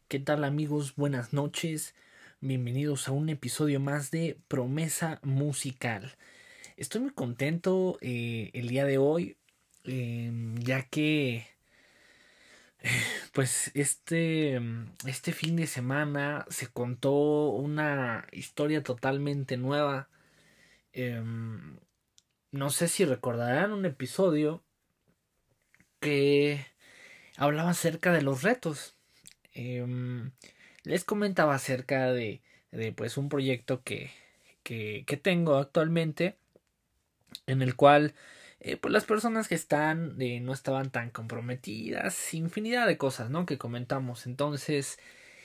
¿Qué tal amigos? Buenas noches. Bienvenidos a un episodio más de Promesa Musical. Estoy muy contento el día de hoy, ya que pues este fin de semana se contó una historia totalmente nueva. Em, no sé si recordarán un episodio que hablaba acerca de los retos. Em, Les comentaba acerca de pues un proyecto que tengo actualmente en el cual pues las personas que están no estaban tan comprometidas, infinidad de cosas, ¿no? Que comentamos. Entonces,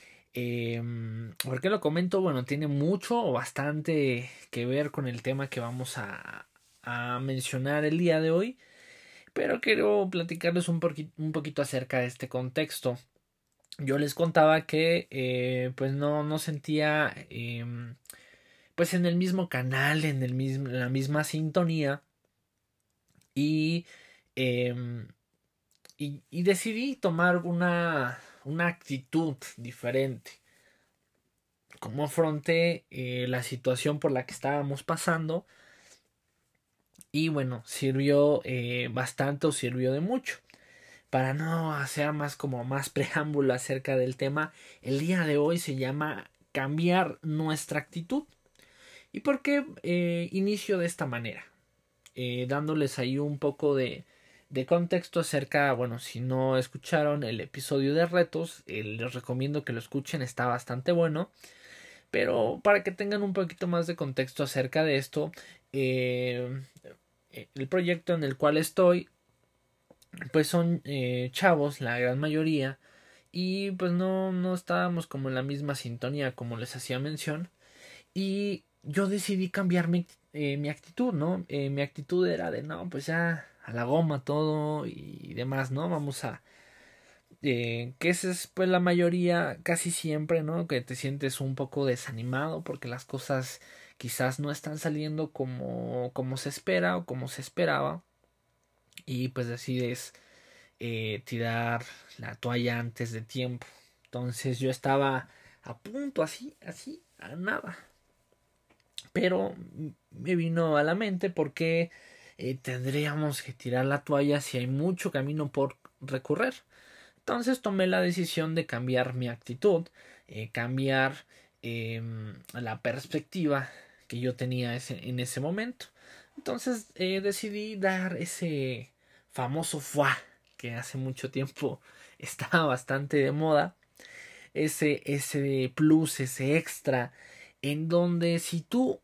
¿por qué lo comento? Bueno, tiene mucho o bastante que ver con el tema que vamos a mencionar el día de hoy, pero quiero platicarles un poquito acerca de este contexto. Yo les contaba que pues no sentía pues en el mismo canal, en la misma sintonía y, em, y decidí tomar una actitud diferente. Como afronté la situación por la que estábamos pasando y bueno, sirvió bastante o sirvió de mucho. Para no hacer más como más preámbulo acerca del tema, el día de hoy se llama cambiar nuestra actitud. ¿Y por qué inicio de esta manera? Dándoles ahí un poco de contexto acerca, bueno, si no escucharon el episodio de retos, les recomiendo que lo escuchen, está bastante bueno. Pero para que tengan un poquito más de contexto acerca de esto, eh, el proyecto en el cual estoy pues son chavos, la gran mayoría, y pues no estábamos como en la misma sintonía como les hacía mención, y yo decidí cambiar mi actitud, ¿no? Mi actitud era de, no, pues ya a la goma todo y demás, ¿no? Vamos a... que esa es pues la mayoría, casi siempre, ¿no? Que te sientes un poco desanimado porque las cosas quizás no están saliendo como se espera o como se esperaba, y pues decides tirar la toalla antes de tiempo. Entonces yo estaba a punto, así, a nada. Pero me vino a la mente porque tendríamos que tirar la toalla si hay mucho camino por recorrer. Entonces tomé la decisión de cambiar mi actitud, cambiar la perspectiva que yo tenía en ese momento. Entonces decidí dar ese famoso fuá que hace mucho tiempo estaba bastante de moda, ese plus, ese extra, en donde si tú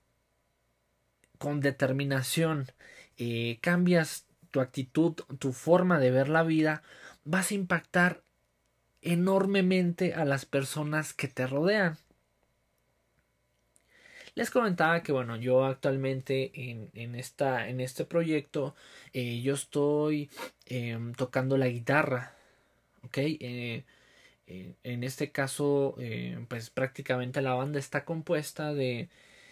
con determinación cambias tu actitud, tu forma de ver la vida, vas a impactar enormemente a las personas que te rodean. Les comentaba que bueno, yo actualmente en este proyecto yo estoy tocando la guitarra, ¿ok? En este caso, pues prácticamente la banda está compuesta de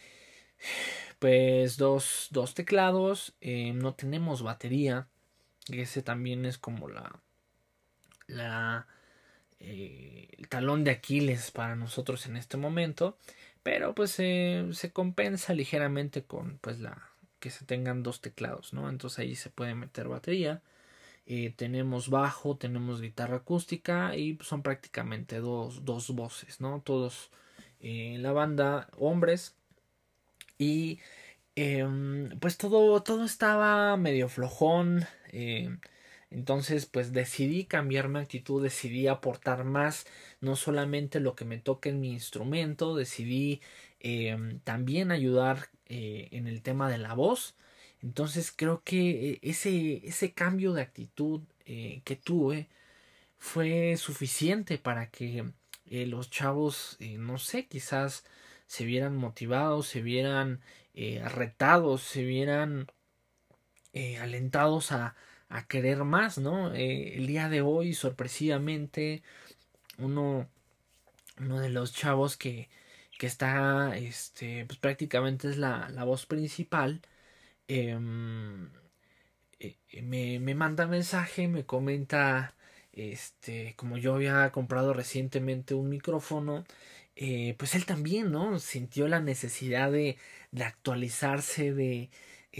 pues dos teclados, no tenemos batería, que ese también es como la el talón de Aquiles para nosotros en este momento, pero pues se compensa ligeramente con pues la que se tengan dos teclados, ¿no? Entonces ahí se puede meter batería. Tenemos bajo, tenemos guitarra acústica y pues, son prácticamente dos voces, ¿no? Todos en la banda hombres y pues todo estaba medio flojón. Entonces pues decidí cambiar mi actitud, decidí aportar más, no solamente lo que me toca en mi instrumento, decidí también ayudar en el tema de la voz. Entonces creo que ese cambio de actitud que tuve fue suficiente para que los chavos, no sé, quizás se vieran motivados, se vieran retados, se vieran alentados a querer más, ¿no? El día de hoy, sorpresivamente, uno, uno de los chavos que está, pues prácticamente es la voz principal, me manda mensaje, me comenta como yo había comprado recientemente un micrófono, pues él también, ¿no? Sintió la necesidad de actualizarse, de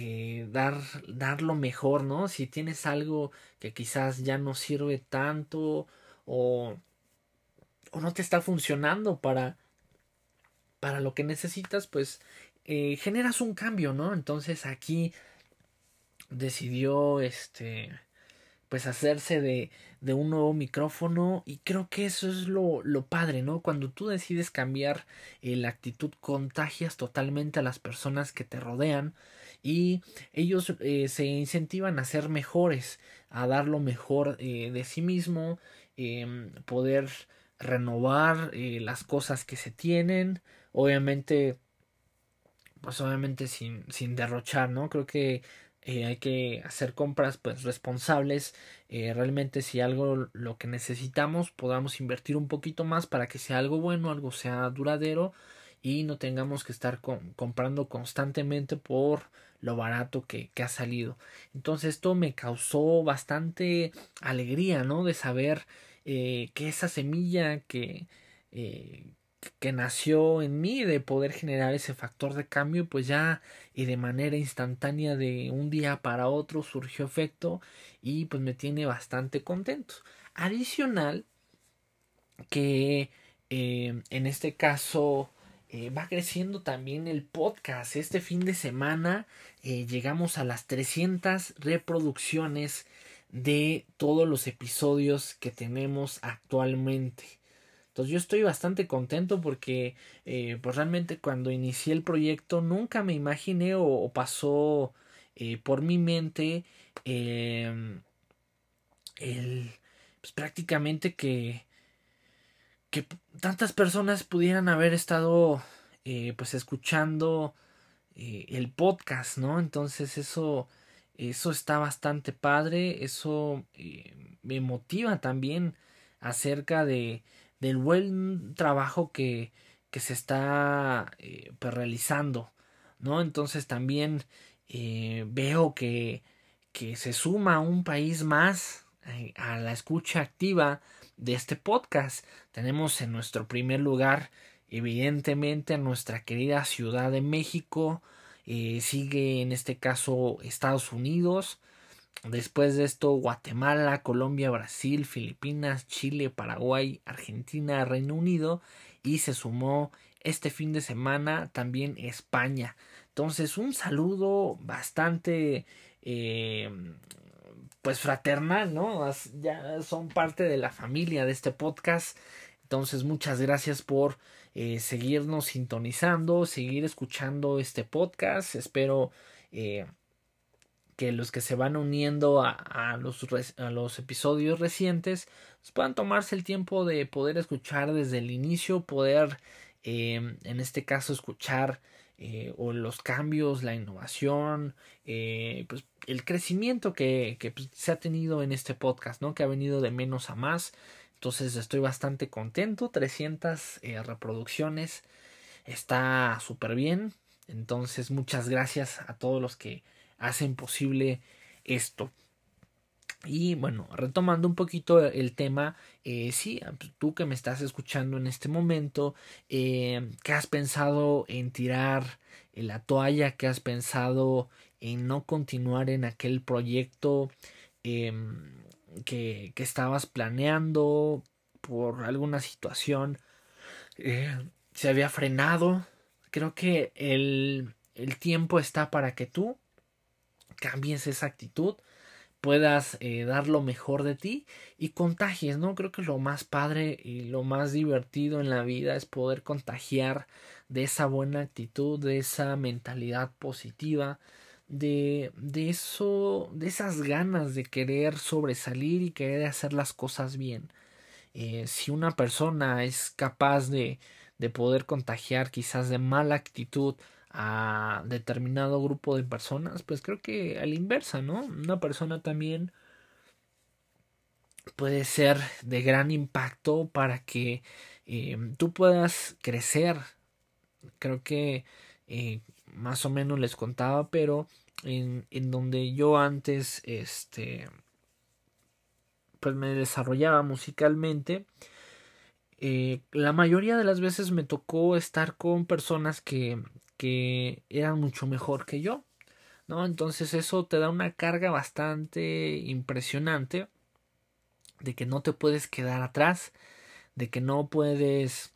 dar lo mejor, ¿no? Si tienes algo que quizás ya no sirve tanto o, o no te está funcionando para lo que necesitas, pues generas un cambio, ¿no? Entonces aquí decidió pues hacerse de un nuevo micrófono y creo que eso es lo padre, ¿no? Cuando tú decides cambiar la actitud, contagias totalmente a las personas que te rodean y ellos se incentivan a ser mejores, a dar lo mejor de sí mismo, poder renovar las cosas que se tienen, obviamente pues obviamente sin derrochar, ¿no? Creo que hay que hacer compras pues responsables. Realmente si algo lo que necesitamos podamos invertir un poquito más para que sea algo bueno, algo sea duradero y no tengamos que estar comprando constantemente por lo barato que ha salido. Entonces esto me causó bastante alegría, ¿no? De saber que esa semilla eh, que nació en mí de poder generar ese factor de cambio, pues ya y de manera instantánea de un día para otro surgió efecto y pues me tiene bastante contento. Adicional que en este caso va creciendo también el podcast. Este fin de semana llegamos a las 300 reproducciones de todos los episodios que tenemos actualmente. Entonces yo estoy bastante contento porque pues realmente cuando inicié el proyecto nunca me imaginé o pasó por mi mente eh, el pues prácticamente que tantas personas pudieran haber estado pues escuchando el podcast, ¿no? Entonces eso está bastante padre, eso me motiva también acerca del buen trabajo que se está pues realizando, ¿no? Entonces también veo que se suma un país más a la escucha activa de este podcast. Tenemos en nuestro primer lugar evidentemente a nuestra querida Ciudad de México, sigue en este caso Estados Unidos, después de esto Guatemala, Colombia, Brasil, Filipinas, Chile, Paraguay, Argentina, Reino Unido y se sumó este fin de semana también España. Entonces un saludo bastante eh, pues fraternal, ¿no? Ya son parte de la familia de este podcast. Entonces muchas gracias por seguirnos sintonizando, seguir escuchando este podcast. Espero eh, que los que se van uniendo a los episodios recientes pues puedan tomarse el tiempo de poder escuchar desde el inicio, poder en este caso escuchar o los cambios, la innovación, pues el crecimiento que pues, se ha tenido en este podcast, ¿no? Que ha venido de menos a más. Entonces estoy bastante contento, 300 reproducciones, está súper bien. Entonces muchas gracias a todos los que hacen posible esto. Y bueno, retomando un poquito el tema, sí, tú que me estás escuchando en este momento, ¿qué has pensado en tirar la toalla? ¿Qué has pensado en no continuar en aquel proyecto que estabas planeando por alguna situación? Se había frenado. Creo que el tiempo está para que tú cambies esa actitud, puedas dar lo mejor de ti y contagies, ¿no? Creo que lo más padre y lo más divertido en la vida es poder contagiar de esa buena actitud, de esa mentalidad positiva, de eso, de esas ganas de querer sobresalir y querer hacer las cosas bien. Si una persona es capaz de poder contagiar quizás de mala actitud a determinado grupo de personas, pues creo que a la inversa, ¿no? Una persona también puede ser de gran impacto para que tú puedas crecer. Creo que más o menos les contaba, pero en donde yo antes pues me desarrollaba musicalmente, la mayoría de las veces me tocó estar con personas que eran mucho mejor que yo, ¿no? Entonces eso te da una carga bastante impresionante de que no te puedes quedar atrás, de que no puedes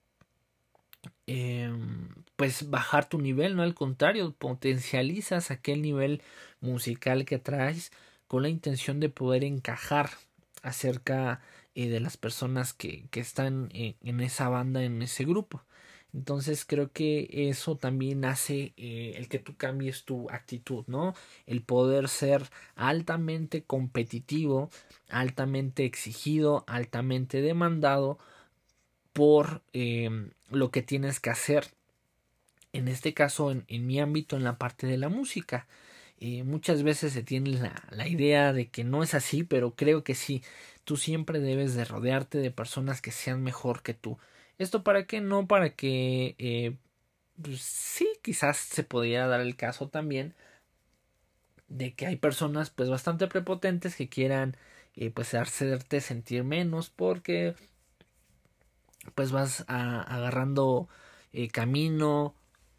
pues bajar tu nivel, no, al contrario, potencializas aquel nivel musical que traes con la intención de poder encajar acerca de las personas que están en esa banda, en ese grupo. Entonces creo que eso también hace el que tú cambies tu actitud, ¿no? El poder ser altamente competitivo, altamente exigido, altamente demandado por lo que tienes que hacer. En este caso, en mi ámbito, en la parte de la música. Muchas veces se tiene la idea de que no es así, pero creo que sí. Tú siempre debes de rodearte de personas que sean mejor que tú. ¿Esto para qué? No para que... pues sí, quizás se podría dar el caso también de que hay personas pues bastante prepotentes que quieran pues hacerte sentir menos porque pues vas agarrando camino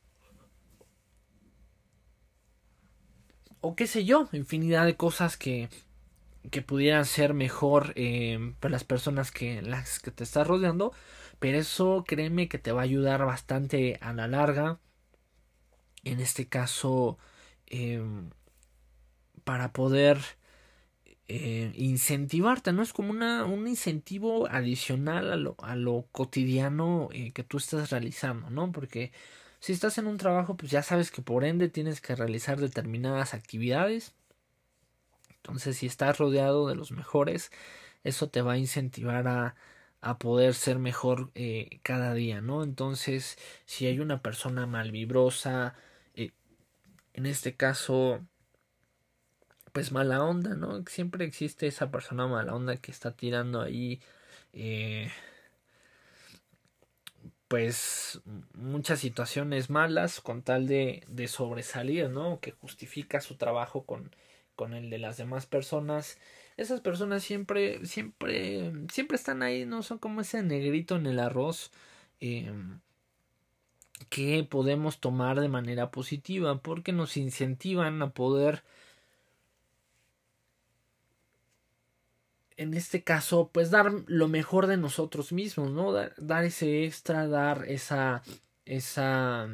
o qué sé yo, infinidad de cosas que pudieran ser mejor para las personas que las que te estás rodeando, pero eso créeme que te va a ayudar bastante a la larga, en este caso eh, para poder incentivarte, ¿no? Es como un incentivo adicional a lo cotidiano que tú estás realizando, ¿no? Porque si estás en un trabajo, pues ya sabes que por ende tienes que realizar determinadas actividades. Entonces, si estás rodeado de los mejores, eso te va a incentivar a poder ser mejor cada día, ¿no? Entonces, si hay una persona malvibrosa, eh, en este caso, pues mala onda, ¿no? Siempre existe esa persona mala onda que está tirando ahí, eh, pues muchas situaciones malas con tal de sobresalir, ¿no? Que justifica su trabajo con el de las demás personas. Esas personas siempre están ahí, ¿no? Son como ese negrito en el arroz eh, que podemos tomar de manera positiva porque nos incentivan a poder, en este caso, pues dar lo mejor de nosotros mismos, ¿no? Dar ese extra, dar esa,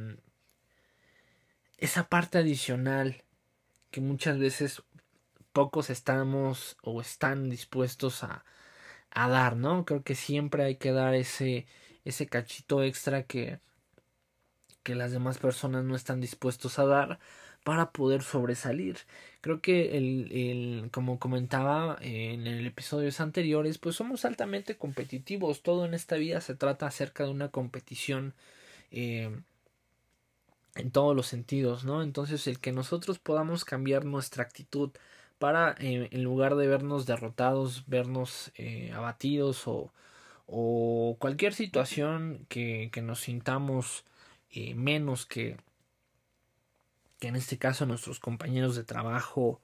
esa parte adicional que muchas veces pocos estamos o están dispuestos a dar, ¿no? Creo que siempre hay que dar ese cachito extra que las demás personas no están dispuestos a dar para poder sobresalir. Creo que como comentaba en el episodios anteriores, pues somos altamente competitivos. Todo en esta vida se trata acerca de una competición eh, en todos los sentidos, ¿no? Entonces el que nosotros podamos cambiar nuestra actitud para en lugar de vernos derrotados, vernos abatidos o cualquier situación que nos sintamos menos que en este caso nuestros compañeros de trabajo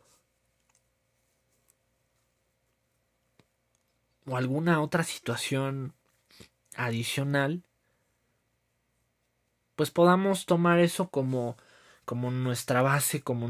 o alguna otra situación adicional, pues podamos tomar eso como nuestra base, como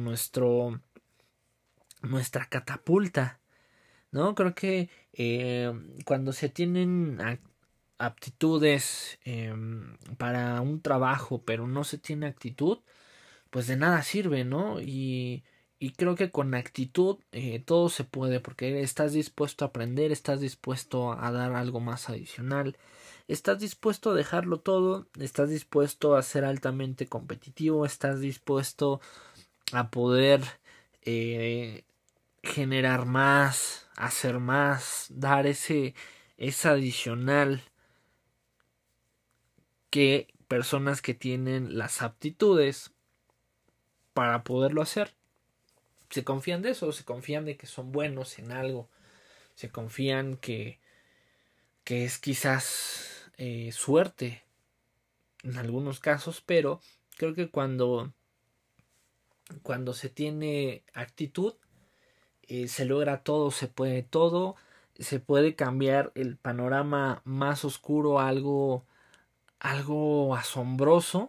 nuestra catapulta, ¿no? Creo que cuando se tienen aptitudes para un trabajo, pero no se tiene actitud, pues de nada sirve, ¿no? Y creo que con actitud todo se puede, porque estás dispuesto a aprender, estás dispuesto a dar algo más adicional, estás dispuesto a dejarlo todo, estás dispuesto a ser altamente competitivo, estás dispuesto a poder eh, generar más, hacer más, dar ese adicional que personas que tienen las aptitudes para poderlo hacer. Se confían de eso, se confían de que son buenos en algo, se confían que es quizás suerte en algunos casos, pero creo que cuando se tiene actitud, se logra todo, se puede todo, se puede cambiar el panorama más oscuro a algo asombroso,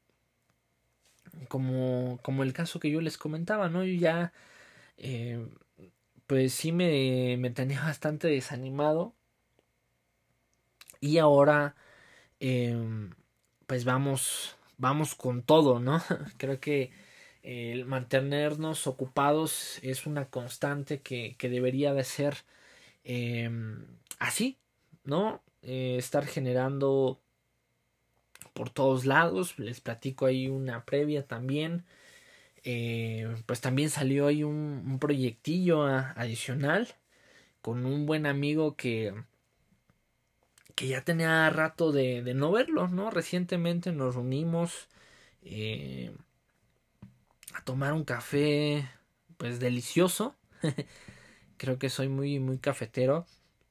como el caso que yo les comentaba, ¿no? Yo ya, eh, pues sí me tenía bastante desanimado y ahora, eh, pues vamos con todo, ¿no? Creo que el mantenernos ocupados es una constante que debería de ser eh, así, ¿no? Estar generando por todos lados. Les platico ahí una previa también. Pues también salió ahí un proyectillo adicional con un buen amigo que ya tenía rato de no verlo, ¿no? Recientemente nos reunimos eh, a tomar un café, pues delicioso. Creo que soy muy cafetero,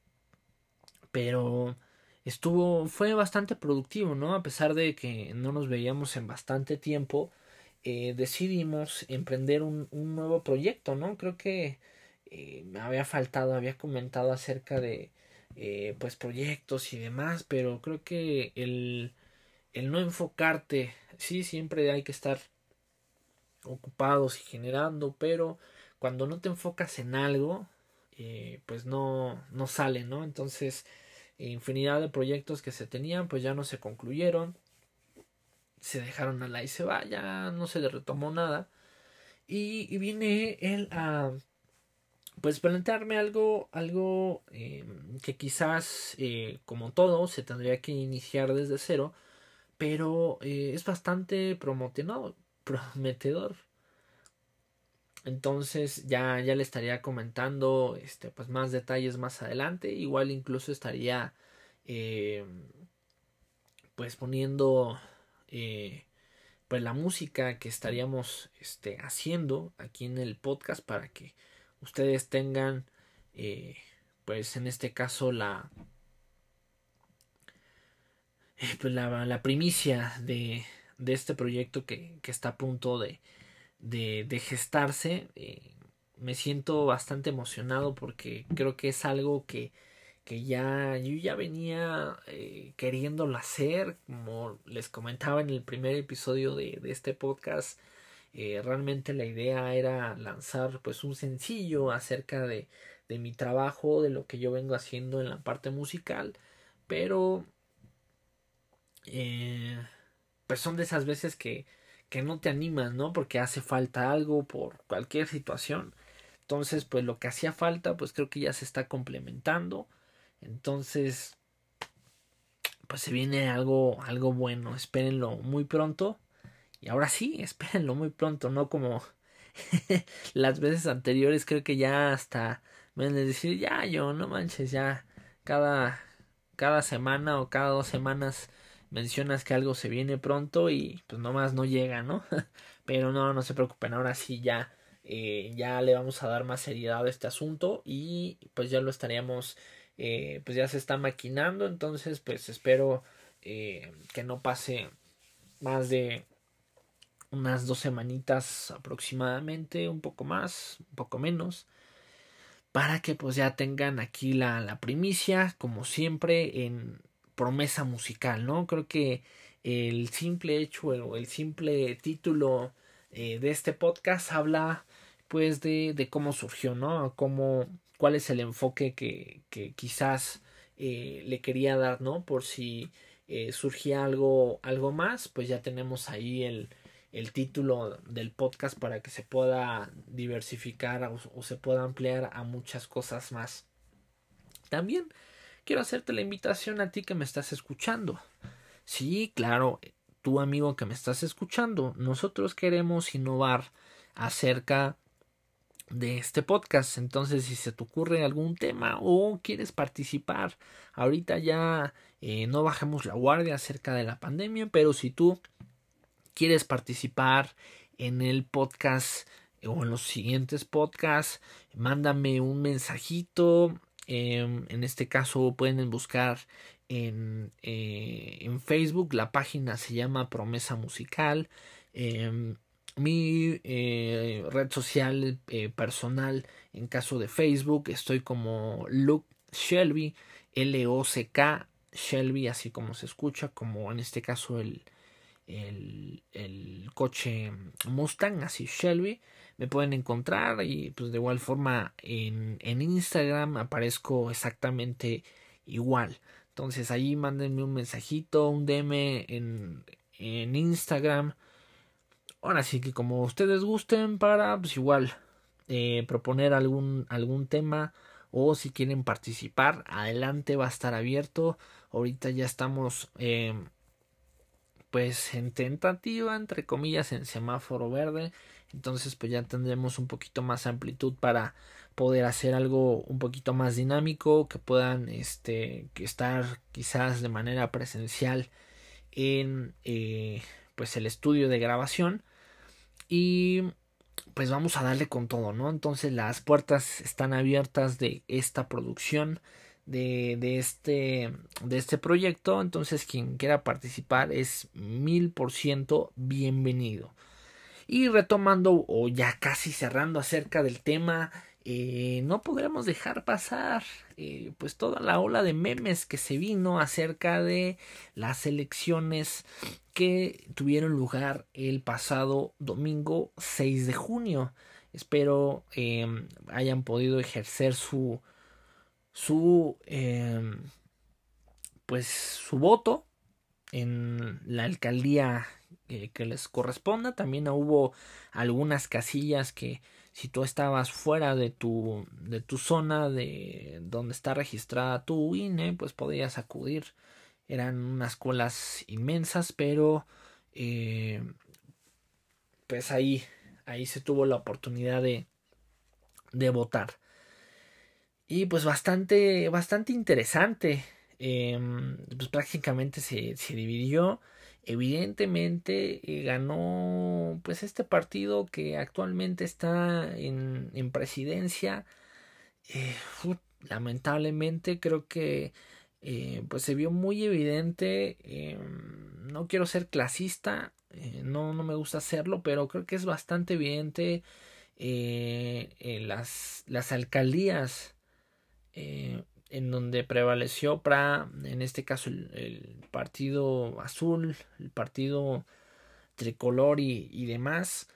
pero fue bastante productivo, ¿no? A pesar de que no nos veíamos en bastante tiempo, decidimos emprender un nuevo proyecto, ¿no? Creo que me había comentado acerca de pues proyectos y demás, pero creo que el no enfocarte, sí, siempre hay que estar ocupados y generando, pero cuando no te enfocas en algo, pues no sale, ¿no? Entonces, infinidad de proyectos que se tenían, pues ya no se concluyeron, se dejaron a la y se va, ya no se le retomó nada. Y viene él a pues plantearme algo que quizás como todo se tendría que iniciar desde cero, pero es bastante prometedor. Entonces ya le estaría comentando pues más detalles más adelante. Igual incluso estaría eh, pues poniendo eh, pues la música que estaríamos haciendo aquí en el podcast para que ustedes tengan eh, pues en este caso pues la primicia de este proyecto que está a punto de gestarse. Me siento bastante emocionado porque creo que es algo que yo ya venía queriéndolo hacer, como les comentaba en el primer episodio de este podcast. Realmente la idea era lanzar pues un sencillo acerca de mi trabajo, de lo que yo vengo haciendo en la parte musical, pero eh, pues son de esas veces que no te animas, ¿no? Porque hace falta algo por cualquier situación. Entonces, pues lo que hacía falta, pues creo que ya se está complementando. Entonces, pues se viene algo bueno. Espérenlo muy pronto. Y ahora sí, espérenlo muy pronto, no como las veces anteriores. Creo que ya hasta me han de decir, ya yo, no manches, ya cada, cada semana o cada 2 semanas mencionas que algo se viene pronto y pues nomás no llega, ¿no? Pero no se preocupen, ahora sí ya le vamos a dar más seriedad a este asunto y pues ya lo estaríamos, pues ya se está maquinando, entonces pues espero que no pase más de unas 2 semanitas aproximadamente, un poco más, un poco menos, para que pues ya tengan aquí la primicia, como siempre, en promesa musical, ¿no? Creo que el simple hecho o el simple título de este podcast habla pues de cómo surgió, ¿no? Cuál es el enfoque que quizás le quería dar, ¿no? Por si surgía algo más, pues ya tenemos ahí el título del podcast para que se pueda diversificar o se pueda ampliar a muchas cosas más. También quiero hacerte la invitación a ti que me estás escuchando. Sí, claro, tú amigo que me estás escuchando, nosotros queremos innovar acerca de este podcast. Entonces, si se te ocurre algún tema o quieres participar, ahorita ya no bajemos la guardia acerca de la pandemia, pero si tú quieres participar en el podcast o en los siguientes podcasts, mándame un mensajito. En este caso pueden buscar en Facebook. La página se llama Promesa Musical. Mi red social personal, en caso de Facebook, estoy como Shelby, Lock, Shelby, así como se escucha, como en este caso el coche Mustang, así Shelby. Me pueden encontrar y pues de igual forma en Instagram aparezco exactamente igual. Entonces ahí mándenme un mensajito, un DM en Instagram. Ahora sí que como ustedes gusten para pues igual proponer algún tema o si quieren participar, adelante, va a estar abierto. Ahorita ya estamos pues en tentativa, entre comillas, en semáforo verde. Entonces pues ya tendremos un poquito más amplitud para poder hacer algo un poquito más dinámico, que puedan que estar quizás de manera presencial en pues el estudio de grabación. Y pues vamos a darle con todo, ¿no? Entonces las puertas están abiertas de esta producción, de este proyecto. Entonces quien quiera participar es 1000% bienvenido. Y retomando o ya casi cerrando acerca del tema, no podremos dejar pasar pues toda la ola de memes que se vino acerca de las elecciones que tuvieron lugar el pasado domingo 6 de junio. Espero hayan podido ejercer su pues su voto en la alcaldía que les corresponda. También hubo algunas casillas que si tú estabas fuera de tu zona de donde está registrada tu INE, pues podías acudir. Eran unas colas inmensas, pero eh, pues ahí se tuvo la oportunidad de votar. Y pues bastante interesante. Pues prácticamente se dividió. Evidentemente ganó pues este partido que actualmente está en presidencia. Eh, Lamentablemente creo que pues se vio muy evidente. No quiero ser clasista, no me gusta hacerlo, pero creo que es bastante evidente las alcaldías en donde prevaleció para, en este caso, el partido azul, el partido tricolor y demás.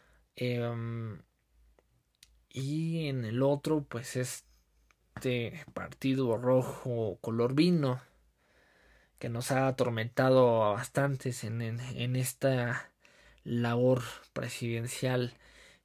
Y en el otro, pues este partido rojo color vino, que nos ha atormentado a bastantes en esta labor presidencial.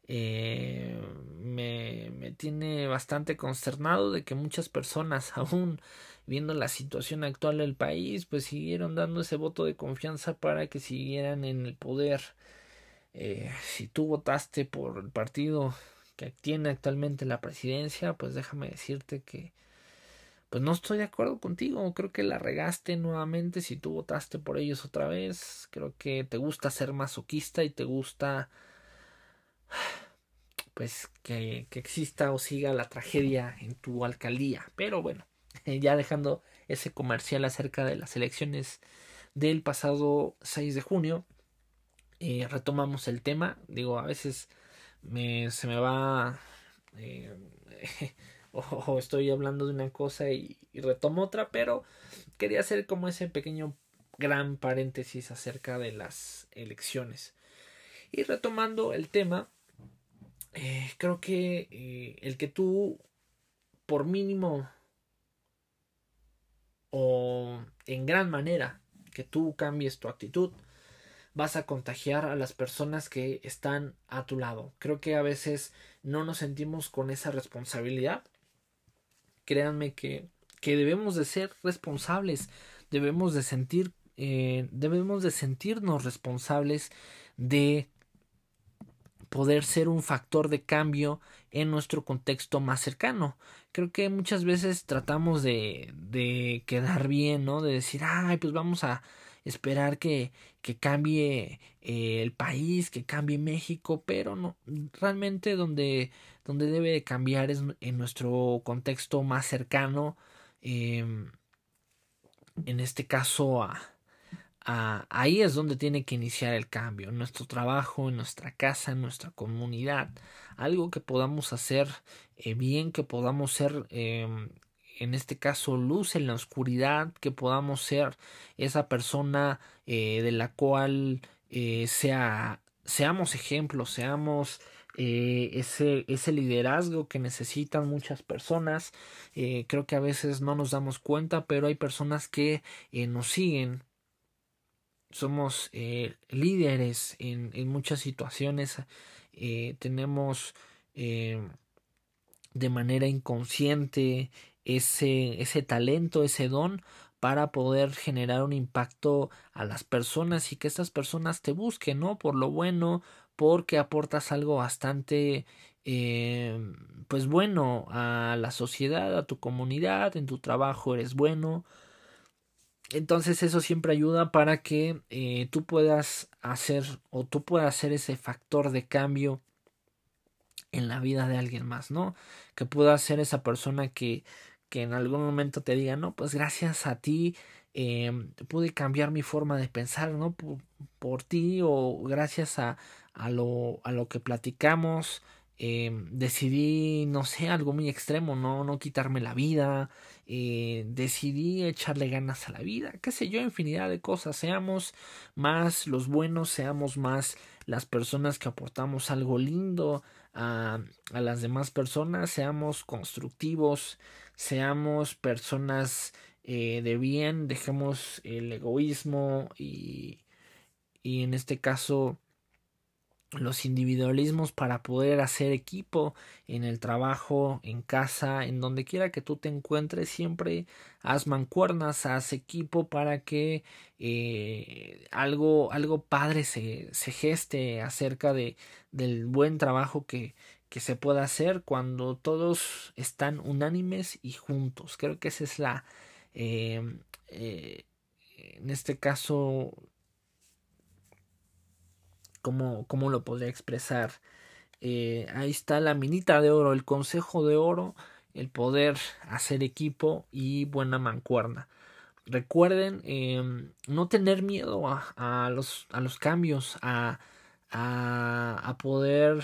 Me tiene bastante consternado de que muchas personas, aún viendo la situación actual del país, pues siguieron dando ese voto de confianza para que siguieran en el poder. Si tú votaste por el partido que tiene actualmente la presidencia, pues déjame decirte que pues no estoy de acuerdo contigo. Creo que la regaste nuevamente si tú votaste por ellos otra vez. Creo que te gusta ser masoquista y te gusta pues que exista o siga la tragedia en tu alcaldía. Pero bueno, ya dejando ese comercial acerca de las elecciones del pasado 6 de junio, retomamos el tema. Digo, a veces se me va eh, o estoy hablando de una cosa y retomo otra, pero quería hacer como ese pequeño gran paréntesis acerca de las elecciones. Y retomando el tema, creo que el que tú, por mínimo o en gran manera, que tú cambies tu actitud, vas a contagiar a las personas que están a tu lado. Creo que a veces no nos sentimos con esa responsabilidad. Créanme que debemos de ser responsables, debemos de debemos de sentirnos responsables de poder ser un factor de cambio en nuestro contexto más cercano. Creo que muchas veces tratamos de quedar bien, ¿no? De decir, ay, pues vamos a esperar que cambie el país, que cambie México, pero no, realmente donde debe de cambiar es en nuestro contexto más cercano, en este caso ahí es donde tiene que iniciar el cambio, en nuestro trabajo, en nuestra casa, en nuestra comunidad, algo que podamos hacer bien, que podamos ser en este caso luz en la oscuridad, que podamos ser esa persona de la cual seamos ejemplos, seamos ese liderazgo que necesitan muchas personas. Creo que a veces no nos damos cuenta, pero hay personas que nos siguen. Somos líderes en muchas situaciones. Tenemos de manera inconsciente ese talento, ese don para poder generar un impacto a las personas y que estas personas te busquen, ¿no? Por lo bueno, porque aportas algo bastante pues bueno a la sociedad, a tu comunidad, en tu trabajo eres bueno. Entonces eso siempre ayuda para que tú puedas hacer o tú puedas ser ese factor de cambio en la vida de alguien más, ¿no? Que pueda ser esa persona que en algún momento te diga, no, pues gracias a ti pude cambiar mi forma de pensar, ¿no? Por ti o gracias a lo que platicamos. Decidí, no sé, algo muy extremo, no quitarme la vida, decidí echarle ganas a la vida, qué sé yo, infinidad de cosas. Seamos más los buenos, seamos más las personas que aportamos algo lindo a las demás personas, seamos constructivos, seamos personas de bien, dejemos el egoísmo y en este caso los individualismos para poder hacer equipo en el trabajo, en casa, en donde quiera que tú te encuentres, siempre haz mancuernas, haz equipo para que algo padre se geste acerca del buen trabajo que se pueda hacer cuando todos están unánimes y juntos. Creo que esa es eh, eh, en este caso, cómo lo podría expresar. Ahí está la minita de oro, el consejo de oro, el poder hacer equipo y buena mancuerna. Recuerden no tener miedo a los cambios, a poder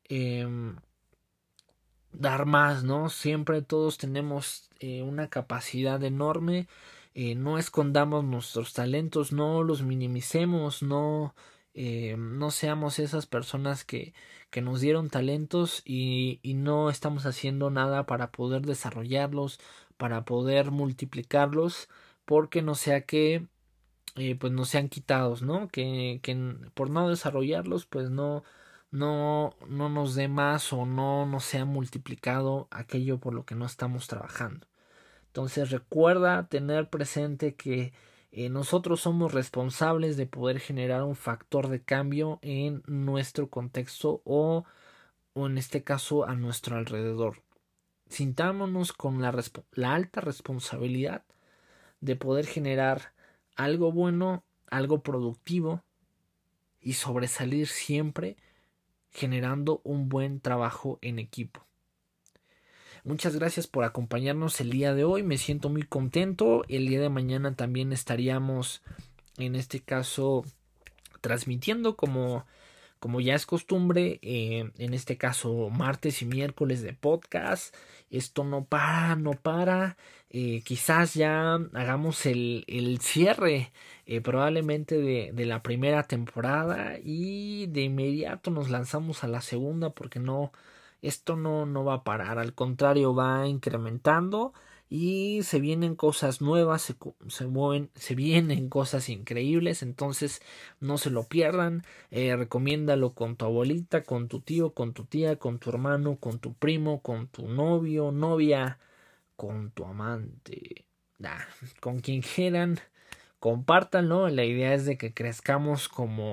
dar más, ¿no? Siempre todos tenemos una capacidad enorme. No escondamos nuestros talentos, no los minimicemos, no seamos esas personas que nos dieron talentos y no estamos haciendo nada para poder desarrollarlos, para poder multiplicarlos, porque no sea que pues no sean quitados, ¿no? Que por no desarrollarlos, pues no nos dé más o no nos sea multiplicado aquello por lo que no estamos trabajando. Entonces recuerda tener presente que nosotros somos responsables de poder generar un factor de cambio en nuestro contexto o en este caso a nuestro alrededor. Sintámonos con la alta responsabilidad de poder generar algo bueno, algo productivo y sobresalir siempre generando un buen trabajo en equipo. Muchas gracias por acompañarnos el día de hoy, me siento muy contento. El día de mañana también estaríamos en este caso transmitiendo como ya es costumbre, en este caso martes y miércoles de podcast. Esto no para. Quizás ya hagamos el cierre probablemente de la primera temporada y de inmediato nos lanzamos a la segunda porque esto no va a parar, al contrario va incrementando. Y se vienen cosas nuevas, se vienen cosas increíbles, entonces no se lo pierdan. Recomiéndalo con tu abuelita, con tu tío, con tu tía, con tu hermano, con tu primo, con tu novio, novia, con tu amante, con quien quieran. Compártanlo, la idea es de que crezcamos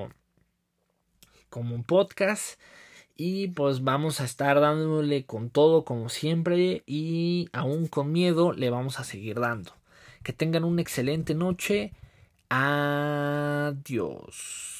como un podcast. Y pues vamos a estar dándole con todo como siempre y aún con miedo le vamos a seguir dando. Que tengan una excelente noche. Adiós.